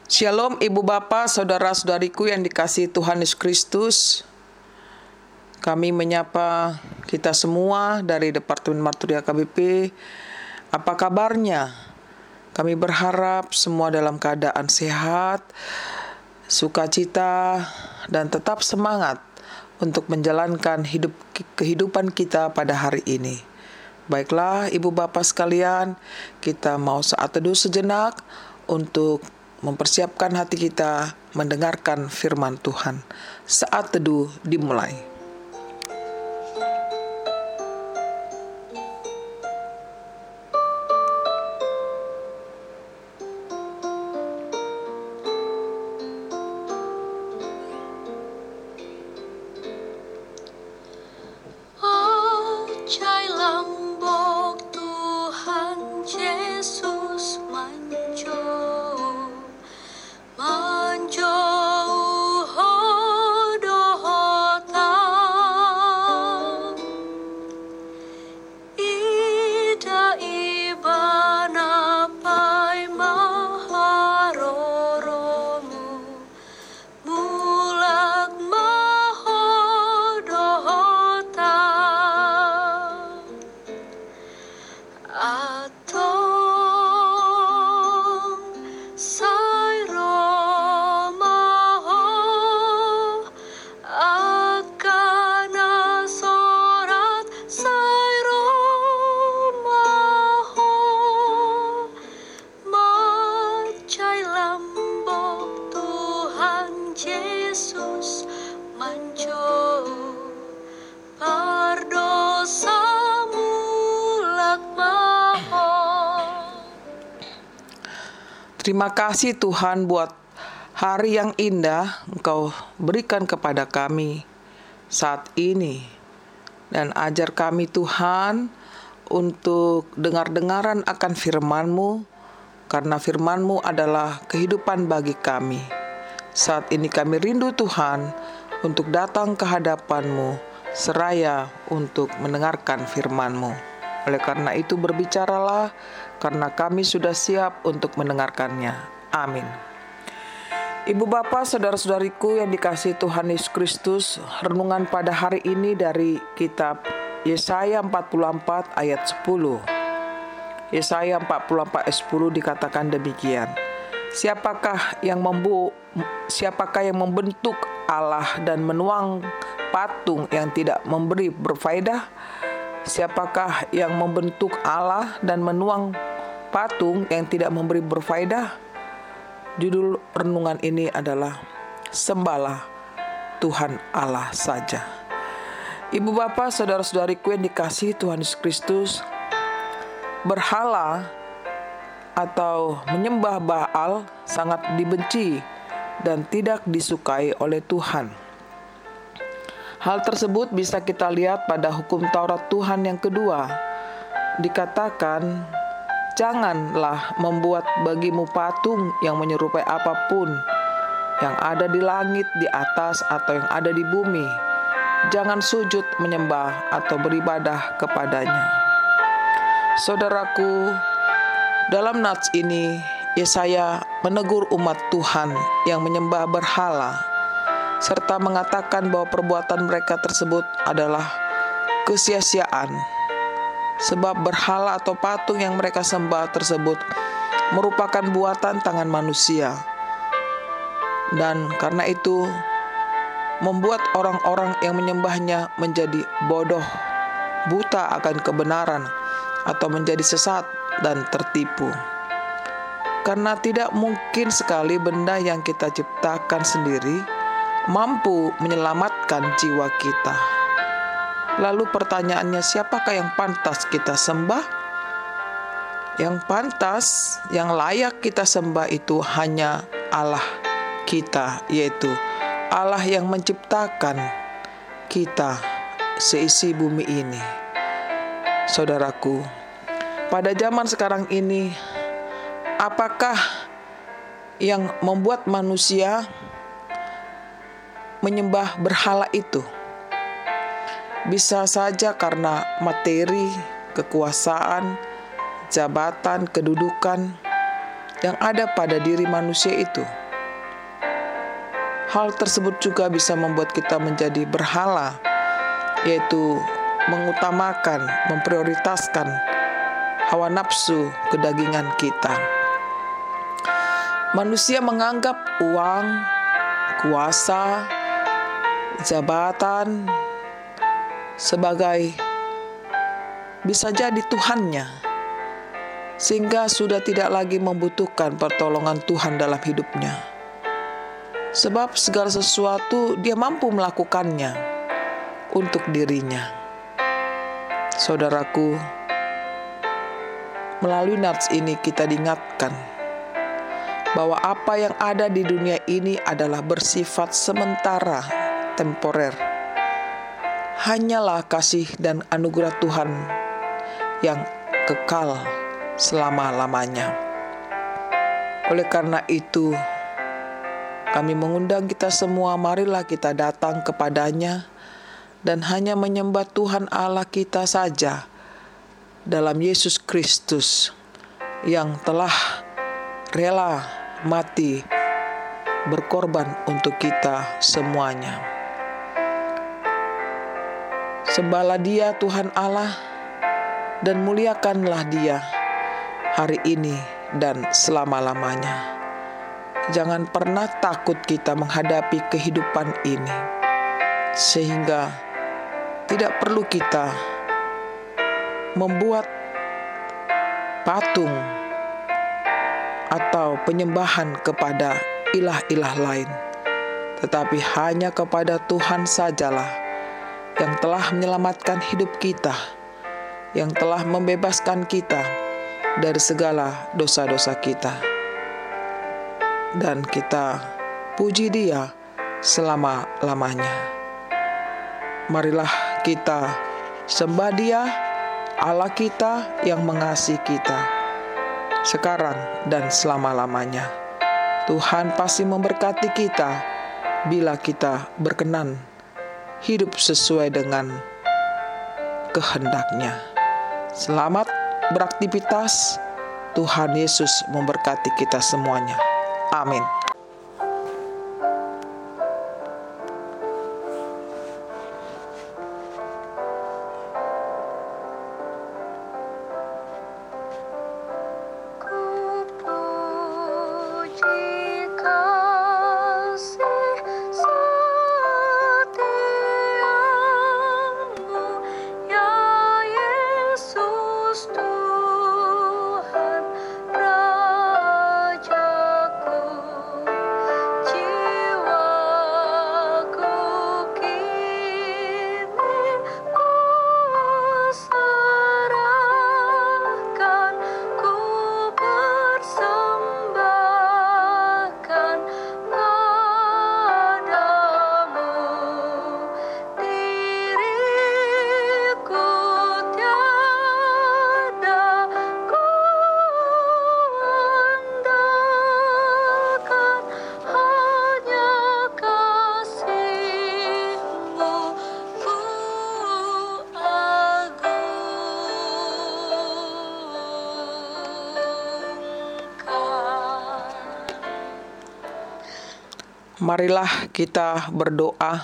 Shalom Ibu Bapa, Saudara-saudariku yang dikasihi Tuhan Yesus Kristus. Kami menyapa kita semua dari Departemen Marturia KBP. Apa kabarnya? Kami berharap semua dalam keadaan sehat, sukacita, dan tetap semangat untuk menjalankan kehidupan kita pada hari ini. Baiklah Ibu Bapa sekalian, kita mau saat teduh sejenak untuk mempersiapkan hati kita mendengarkan firman Tuhan. Saat teduh dimulai. Terima kasih Tuhan buat hari yang indah Engkau berikan kepada kami saat ini. Dan ajar kami Tuhan untuk dengar-dengaran akan firman-Mu, karena firman-Mu adalah kehidupan bagi kami. Saat ini kami rindu Tuhan untuk datang ke hadapan-Mu, seraya untuk mendengarkan firman-Mu. Oleh karena itu berbicaralah, karena kami sudah siap untuk mendengarkannya. Amin. Ibu Bapa, saudara-saudariku yang dikasihi Tuhan Yesus Kristus, renungan pada hari ini dari kitab Yesaya 44 ayat 10. Yesaya 44 ayat 10 dikatakan demikian. Siapakah yang membentuk Allah dan menuang patung yang tidak memberi berfaedah? Siapakah yang membentuk Allah dan menuang patung yang tidak memberi berfaedah? Judul renungan ini adalah Sembahlah Tuhan Allah saja. Ibu Bapa, saudara-saudariku yang dikasihi Tuhan Yesus Kristus, berhala atau menyembah Baal sangat dibenci dan tidak disukai oleh Tuhan. Hal tersebut bisa kita lihat pada hukum Taurat Tuhan yang kedua. Dikatakan, janganlah membuat bagimu patung yang menyerupai apapun yang ada di langit, di atas, atau yang ada di bumi. Jangan sujud menyembah atau beribadah kepadanya. Saudaraku, dalam nats ini, Yesaya menegur umat Tuhan yang menyembah berhala, serta mengatakan bahwa perbuatan mereka tersebut adalah kesia-siaan. Sebab berhala atau patung yang mereka sembah tersebut merupakan buatan tangan manusia. Dan karena itu membuat orang-orang yang menyembahnya menjadi bodoh, buta akan kebenaran, atau menjadi sesat dan tertipu. Karena tidak mungkin sekali benda yang kita ciptakan sendiri mampu menyelamatkan jiwa kita. Lalu pertanyaannya, siapakah yang pantas kita sembah? Yang pantas, yang layak kita sembah itu hanya Allah kita, yaitu Allah yang menciptakan kita seisi bumi ini. Saudaraku, pada zaman sekarang ini, apakah yang membuat manusia menyembah berhala itu? Bisa saja karena materi, kekuasaan, jabatan, kedudukan yang ada pada diri manusia itu. Hal tersebut juga bisa membuat kita menjadi berhala, yaitu mengutamakan, memprioritaskan hawa nafsu kedagingan kita. Manusia menganggap uang, kuasa, jabatan sebagai bisa jadi Tuhannya, sehingga sudah tidak lagi membutuhkan pertolongan Tuhan dalam hidupnya. Sebab segala sesuatu dia mampu melakukannya untuk dirinya. Saudaraku, melalui nats ini kita diingatkan bahwa apa yang ada di dunia ini adalah bersifat sementara, temporer. Hanyalah kasih dan anugerah Tuhan yang kekal selama-lamanya. Oleh karena itu, kami mengundang kita semua, marilah kita datang kepadanya dan hanya menyembah Tuhan Allah kita saja dalam Yesus Kristus yang telah rela mati berkorban untuk kita semuanya. Sembahlah Dia Tuhan Allah dan muliakanlah Dia hari ini dan selama-lamanya. Jangan pernah takut kita menghadapi kehidupan ini, sehingga tidak perlu kita membuat patung atau penyembahan kepada ilah-ilah lain, tetapi hanya kepada Tuhan sajalah yang telah menyelamatkan hidup kita, yang telah membebaskan kita dari segala dosa-dosa kita. Dan kita puji Dia selama-lamanya. Marilah kita sembah Dia, Allah kita yang mengasihi kita, sekarang dan selama-lamanya. Tuhan pasti memberkati kita bila kita berkenan hidup sesuai dengan kehendak-Nya. Selamat beraktivitas. Tuhan Yesus memberkati kita semuanya. Amin. Marilah kita berdoa.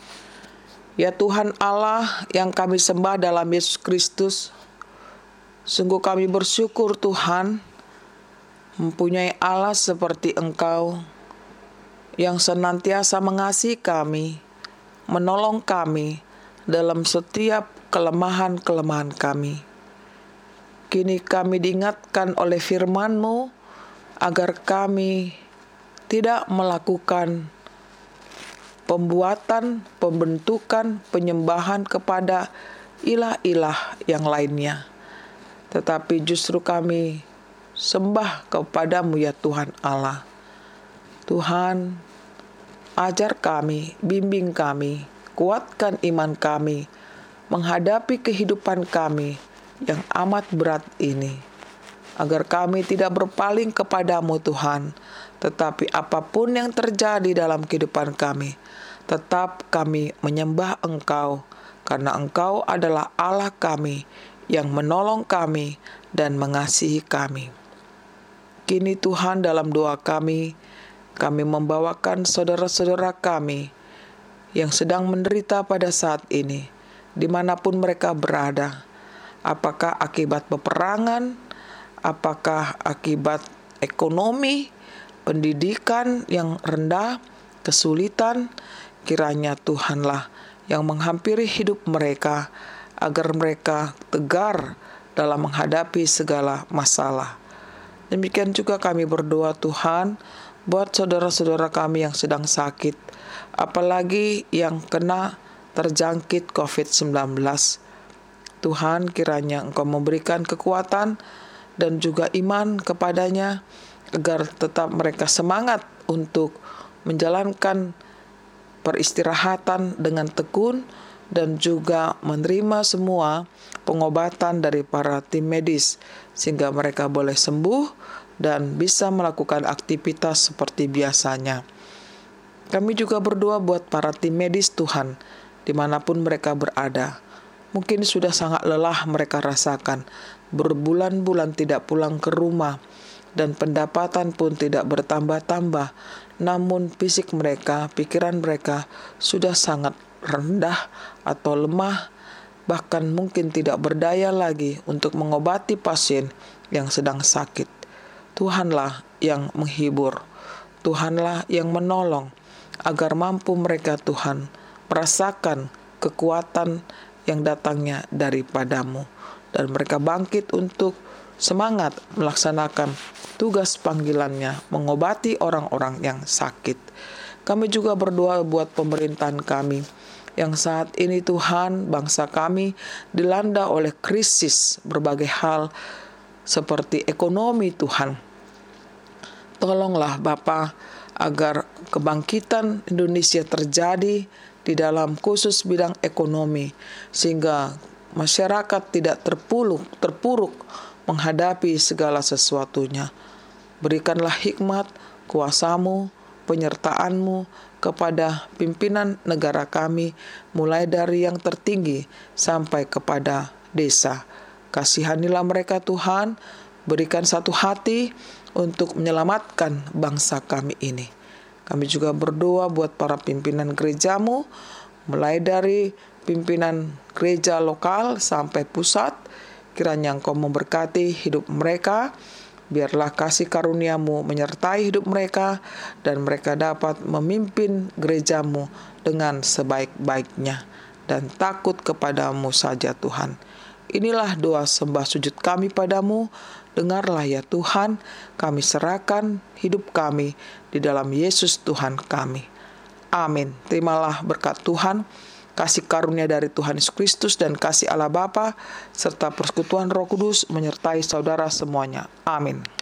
Ya Tuhan Allah yang kami sembah dalam Yesus Kristus, sungguh kami bersyukur Tuhan mempunyai Allah seperti Engkau yang senantiasa mengasihi kami, menolong kami dalam setiap kelemahan-kelemahan kami. Kini kami diingatkan oleh firman-Mu agar kami tidak melakukan pembuatan, pembentukan, penyembahan kepada ilah-ilah yang lainnya, tetapi justru kami sembah kepada-Mu ya Tuhan Allah. Tuhan, ajar kami, bimbing kami, kuatkan iman kami menghadapi kehidupan kami yang amat berat ini, agar kami tidak berpaling kepada-Mu Tuhan, tetapi apapun yang terjadi dalam kehidupan kami, tetap kami menyembah Engkau, karena Engkau adalah Allah kami yang menolong kami dan mengasihi kami. Kini Tuhan, dalam doa kami kami membawakan saudara-saudara kami yang sedang menderita pada saat ini, dimanapun mereka berada. Apakah akibat peperangan, apakah akibat ekonomi, pendidikan yang rendah, kesulitan, kiranya Tuhanlah yang menghampiri hidup mereka, agar mereka tegar dalam menghadapi segala masalah. Demikian juga kami berdoa Tuhan, buat saudara-saudara kami yang sedang sakit, apalagi yang kena terjangkit COVID-19. Tuhan, kiranya Engkau memberikan kekuatan dan juga iman kepadanya, agar tetap mereka semangat untuk menjalankan peristirahatan dengan tekun dan juga menerima semua pengobatan dari para tim medis, sehingga mereka boleh sembuh dan bisa melakukan aktivitas seperti biasanya. Kami juga berdoa buat para tim medis Tuhan, dimanapun mereka berada. Mungkin sudah sangat lelah mereka rasakan, berbulan-bulan tidak pulang ke rumah, dan pendapatan pun tidak bertambah-tambah. Namun fisik mereka, pikiran mereka sudah sangat rendah atau lemah, bahkan mungkin tidak berdaya lagi untuk mengobati pasien yang sedang sakit. Tuhanlah yang menghibur, Tuhanlah yang menolong, agar mampu mereka Tuhan merasakan kekuatan yang datangnya daripadamu, dan mereka bangkit untuk semangat melaksanakan tugas panggilannya, mengobati orang-orang yang sakit. Kami juga berdoa buat pemerintahan kami, yang saat ini Tuhan, bangsa kami dilanda oleh krisis berbagai hal seperti ekonomi Tuhan. Tolonglah Bapa, agar kebangkitan Indonesia terjadi di dalam khusus bidang ekonomi, sehingga masyarakat tidak terpuruk menghadapi segala sesuatunya. Berikanlah hikmat, kuasa-Mu, penyertaan-Mu kepada pimpinan negara kami, mulai dari yang tertinggi sampai kepada desa. Kasihanilah mereka Tuhan, berikan satu hati untuk menyelamatkan bangsa kami ini. Kami juga berdoa buat para pimpinan gereja-Mu, mulai dari pimpinan gereja lokal sampai pusat. Kiranya Engkau memberkati hidup mereka, biarlah kasih karunia-Mu menyertai hidup mereka, dan mereka dapat memimpin gereja-Mu dengan sebaik-baiknya, dan takut kepada-Mu saja Tuhan. Inilah doa sembah sujud kami padamu, dengarlah ya Tuhan, kami serahkan hidup kami di dalam Yesus Tuhan kami. Amin. Terimalah berkat Tuhan, kasih karunia dari Tuhan Yesus Kristus, dan kasih Allah Bapa serta persekutuan Roh Kudus menyertai saudara semuanya. Amin.